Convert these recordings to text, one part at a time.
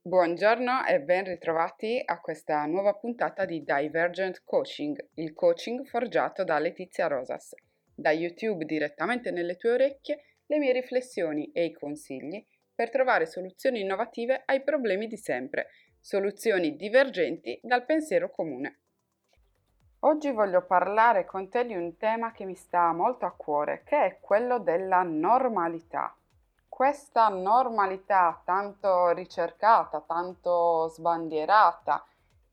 Buongiorno e ben ritrovati a questa nuova puntata di Divergent Coaching, il coaching forgiato da Letizia Rosas. Da YouTube direttamente nelle tue orecchie, le mie riflessioni e i consigli per trovare soluzioni innovative ai problemi di sempre, soluzioni divergenti dal pensiero comune. Oggi voglio parlare con te di un tema che mi sta molto a cuore, che è quello della normalità. Questa normalità tanto ricercata, tanto sbandierata,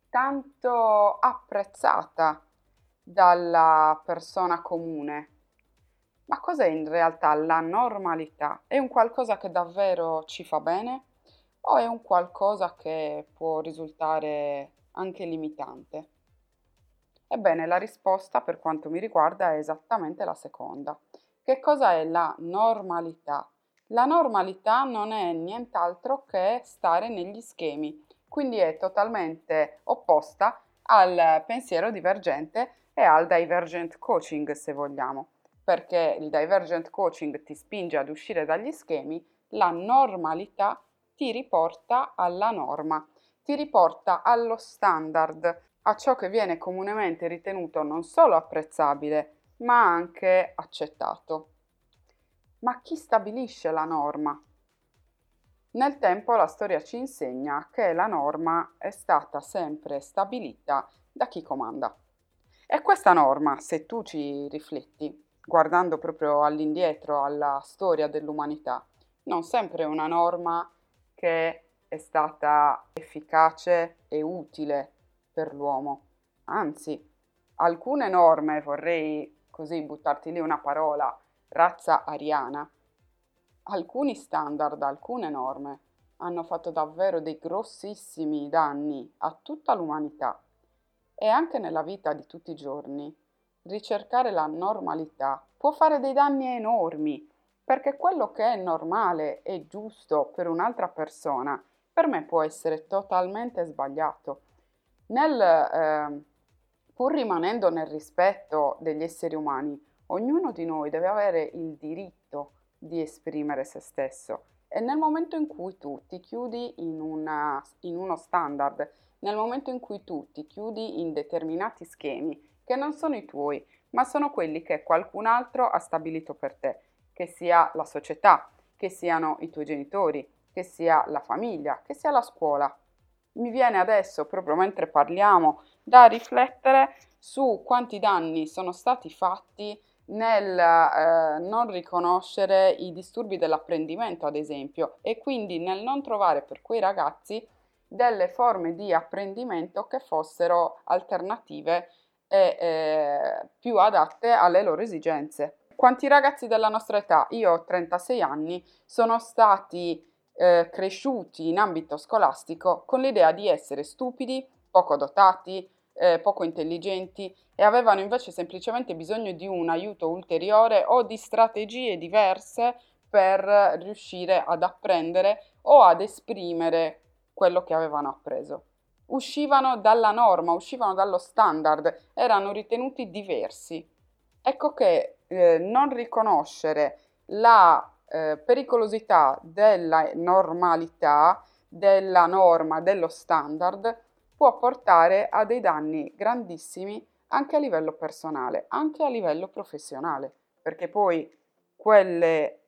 tanto apprezzata dalla persona comune. Ma cos'è in realtà la normalità? È un qualcosa che davvero ci fa bene o è un qualcosa che può risultare anche limitante? Ebbene, la risposta per quanto mi riguarda è esattamente la seconda. Che cosa è la normalità? La normalità non è nient'altro che stare negli schemi, quindi è totalmente opposta al pensiero divergente e al divergent coaching, se vogliamo, perché il divergent coaching ti spinge ad uscire dagli schemi, la normalità ti riporta alla norma, ti riporta allo standard, a ciò che viene comunemente ritenuto non solo apprezzabile, ma anche accettato. Ma chi stabilisce la norma? Nel tempo la storia ci insegna che la norma è stata sempre stabilita da chi comanda. E questa norma, se tu ci rifletti, guardando proprio all'indietro, alla storia dell'umanità, non sempre è una norma che è stata efficace e utile per l'uomo. Anzi, alcune norme, vorrei così buttarti lì una parola, razza ariana, alcuni standard, alcune norme hanno fatto davvero dei grossissimi danni a tutta l'umanità e anche nella vita di tutti i giorni. Ricercare la normalità può fare dei danni enormi, perché quello che è normale e giusto per un'altra persona, per me può essere totalmente sbagliato. Pur rimanendo nel rispetto degli esseri umani, ognuno di noi deve avere il diritto di esprimere se stesso e nel momento in cui tu ti chiudi in uno standard, nel momento in cui tu ti chiudi in determinati schemi che non sono i tuoi, ma sono quelli che qualcun altro ha stabilito per te, che sia la società, che siano i tuoi genitori, che sia la famiglia, che sia la scuola. Mi viene adesso, proprio mentre parliamo, da riflettere su quanti danni sono stati fatti nel non riconoscere i disturbi dell'apprendimento, ad esempio, e quindi nel non trovare per quei ragazzi delle forme di apprendimento che fossero alternative e più adatte alle loro esigenze. Quanti ragazzi della nostra età, io ho 36 anni, sono stati cresciuti in ambito scolastico con l'idea di essere stupidi, poco dotati, poco intelligenti e avevano invece semplicemente bisogno di un aiuto ulteriore o di strategie diverse per riuscire ad apprendere o ad esprimere quello che avevano appreso. Uscivano dalla norma, uscivano dallo standard, erano ritenuti diversi. Ecco che non riconoscere la pericolosità della normalità, della norma, dello standard, può portare a dei danni grandissimi anche a livello personale, anche a livello professionale, perché poi quelle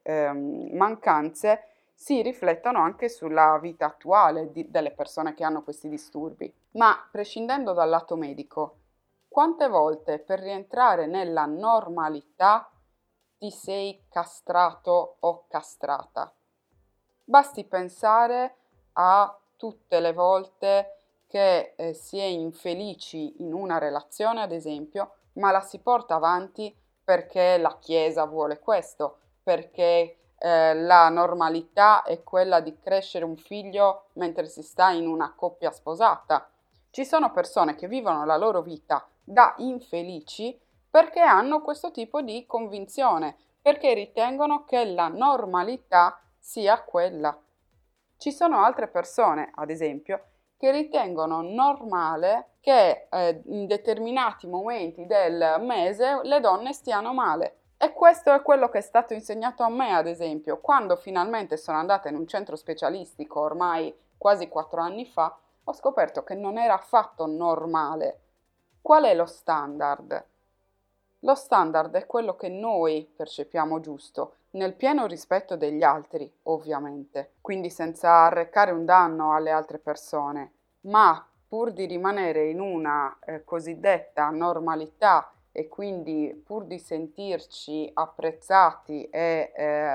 mancanze si riflettono anche sulla vita attuale delle persone che hanno questi disturbi. Ma prescindendo dal lato medico, quante volte per rientrare nella normalità ti sei castrato o castrata? Basti pensare a tutte le volte che si è infelici in una relazione, ad esempio, ma la si porta avanti perché la Chiesa vuole questo, perché la normalità è quella di crescere un figlio mentre si sta in una coppia sposata. Ci sono persone che vivono la loro vita da infelici perché hanno questo tipo di convinzione, perché ritengono che la normalità sia quella. Ci sono altre persone, ad esempio, che ritengono normale che in determinati momenti del mese le donne stiano male. E questo è quello che è stato insegnato a me, ad esempio, quando finalmente sono andata in un centro specialistico ormai quasi 4 anni fa, ho scoperto che non era affatto normale. Qual è lo standard? Lo standard è quello che noi percepiamo giusto, nel pieno rispetto degli altri, ovviamente, quindi senza arrecare un danno alle altre persone, ma pur di rimanere in una cosiddetta normalità e quindi pur di sentirci apprezzati e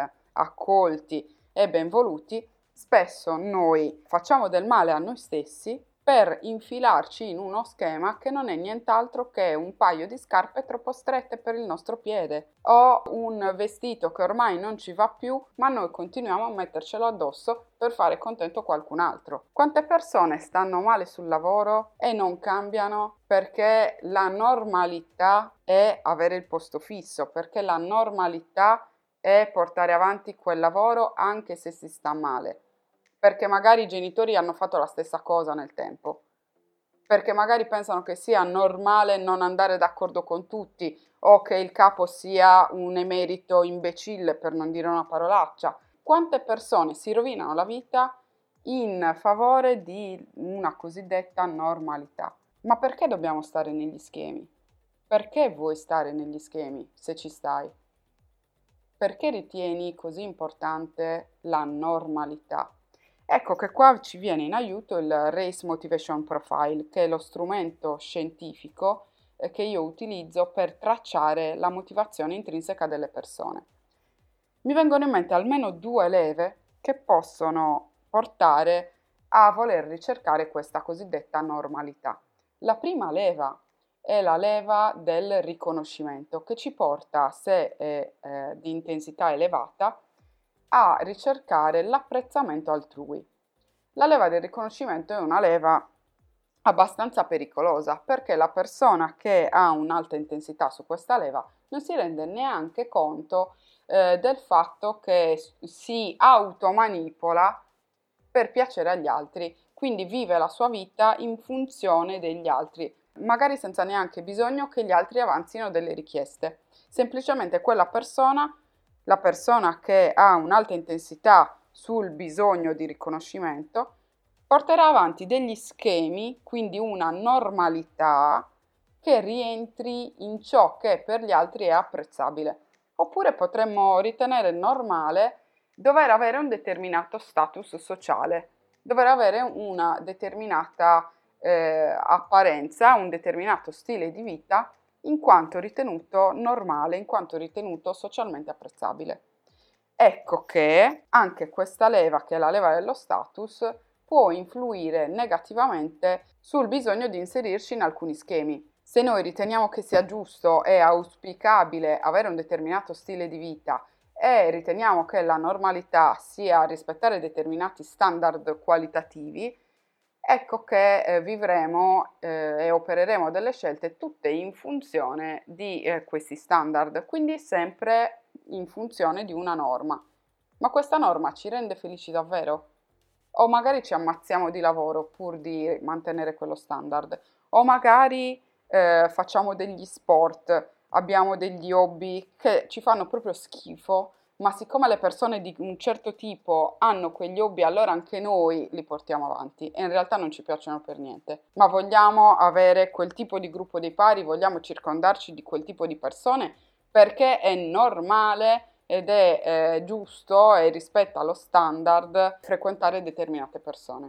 accolti e benvoluti, spesso noi facciamo del male a noi stessi per infilarci in uno schema che non è nient'altro che un paio di scarpe troppo strette per il nostro piede o un vestito che ormai non ci va più, ma noi continuiamo a mettercelo addosso per fare contento qualcun altro. Quante persone stanno male sul lavoro e non cambiano perché la normalità è avere il posto fisso, perché la normalità è portare avanti quel lavoro anche se si sta male, perché magari i genitori hanno fatto la stessa cosa nel tempo, perché magari pensano che sia normale non andare d'accordo con tutti o che il capo sia un emerito imbecille, per non dire una parolaccia. Quante persone si rovinano la vita in favore di una cosiddetta normalità? Ma perché dobbiamo stare negli schemi? Perché vuoi stare negli schemi se ci stai? Perché ritieni così importante la normalità? Ecco che qua ci viene in aiuto il Race Motivation Profile, che è lo strumento scientifico che io utilizzo per tracciare la motivazione intrinseca delle persone. Mi vengono in mente almeno 2 leve che possono portare a voler ricercare questa cosiddetta normalità. La prima leva è la leva del riconoscimento, che ci porta, se è di intensità elevata, a ricercare l'apprezzamento altrui. La leva del riconoscimento è una leva abbastanza pericolosa perché la persona che ha un'alta intensità su questa leva non si rende neanche conto del fatto che si automanipola per piacere agli altri, quindi vive la sua vita in funzione degli altri, magari senza neanche bisogno che gli altri avanzino delle richieste. Semplicemente quella persona, la persona che ha un'alta intensità sul bisogno di riconoscimento, porterà avanti degli schemi, quindi una normalità che rientri in ciò che per gli altri è apprezzabile. Oppure potremmo ritenere normale dover avere un determinato status sociale, dover avere una determinata apparenza, un determinato stile di vita, in quanto ritenuto normale, in quanto ritenuto socialmente apprezzabile. Ecco che anche questa leva, che è la leva dello status, può influire negativamente sul bisogno di inserirci in alcuni schemi. Se noi riteniamo che sia giusto e auspicabile avere un determinato stile di vita e riteniamo che la normalità sia rispettare determinati standard qualitativi, ecco che vivremo e opereremo delle scelte tutte in funzione di questi standard, quindi sempre in funzione di una norma. Ma questa norma ci rende felici davvero? O magari ci ammazziamo di lavoro pur di mantenere quello standard, o magari facciamo degli sport, abbiamo degli hobby che ci fanno proprio schifo, ma siccome le persone di un certo tipo hanno quegli hobby, allora anche noi li portiamo avanti e in realtà non ci piacciono per niente. Ma vogliamo avere quel tipo di gruppo dei pari, vogliamo circondarci di quel tipo di persone perché è normale ed è giusto e rispetta lo standard frequentare determinate persone.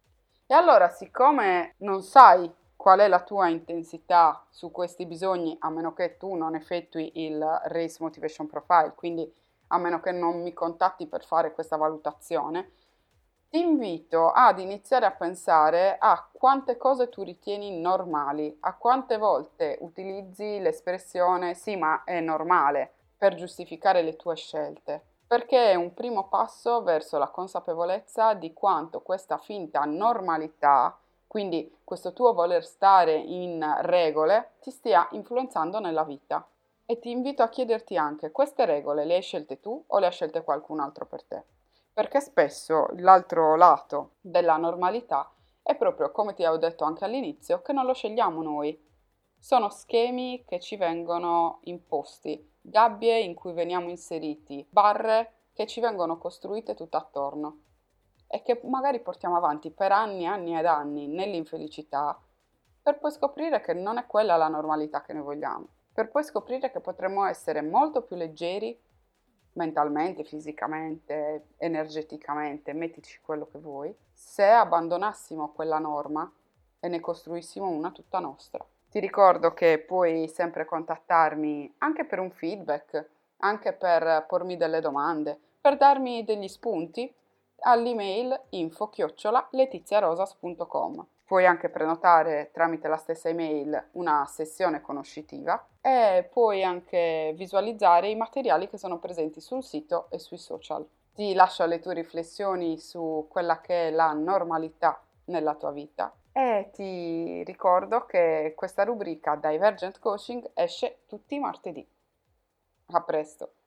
E allora, siccome non sai qual è la tua intensità su questi bisogni, a meno che tu non effettui il Race Motivation Profile, quindi a meno che non mi contatti per fare questa valutazione, ti invito ad iniziare a pensare a quante cose tu ritieni normali, a quante volte utilizzi l'espressione sì, ma è normale per giustificare le tue scelte, perché è un primo passo verso la consapevolezza di quanto questa finta normalità, quindi questo tuo voler stare in regole, ti stia influenzando nella vita. E ti invito a chiederti anche, queste regole le hai scelte tu o le ha scelte qualcun altro per te? Perché spesso l'altro lato della normalità è proprio, come ti avevo detto anche all'inizio, che non lo scegliamo noi. Sono schemi che ci vengono imposti, gabbie in cui veniamo inseriti, barre che ci vengono costruite tutt'attorno. e che magari portiamo avanti per anni, anni ed anni nell'infelicità, per poi scoprire che non è quella la normalità che noi vogliamo, per poi scoprire che potremmo essere molto più leggeri mentalmente, fisicamente, energeticamente, mettici quello che vuoi, se abbandonassimo quella norma e ne costruissimo una tutta nostra. Ti ricordo che puoi sempre contattarmi anche per un feedback, anche per pormi delle domande, per darmi degli spunti all'email info@letiziarosas.com. Puoi anche prenotare tramite la stessa email una sessione conoscitiva e puoi anche visualizzare i materiali che sono presenti sul sito e sui social. Ti lascio alle tue riflessioni su quella che è la normalità nella tua vita e ti ricordo che questa rubrica Divergent Coaching esce tutti i martedì. A presto!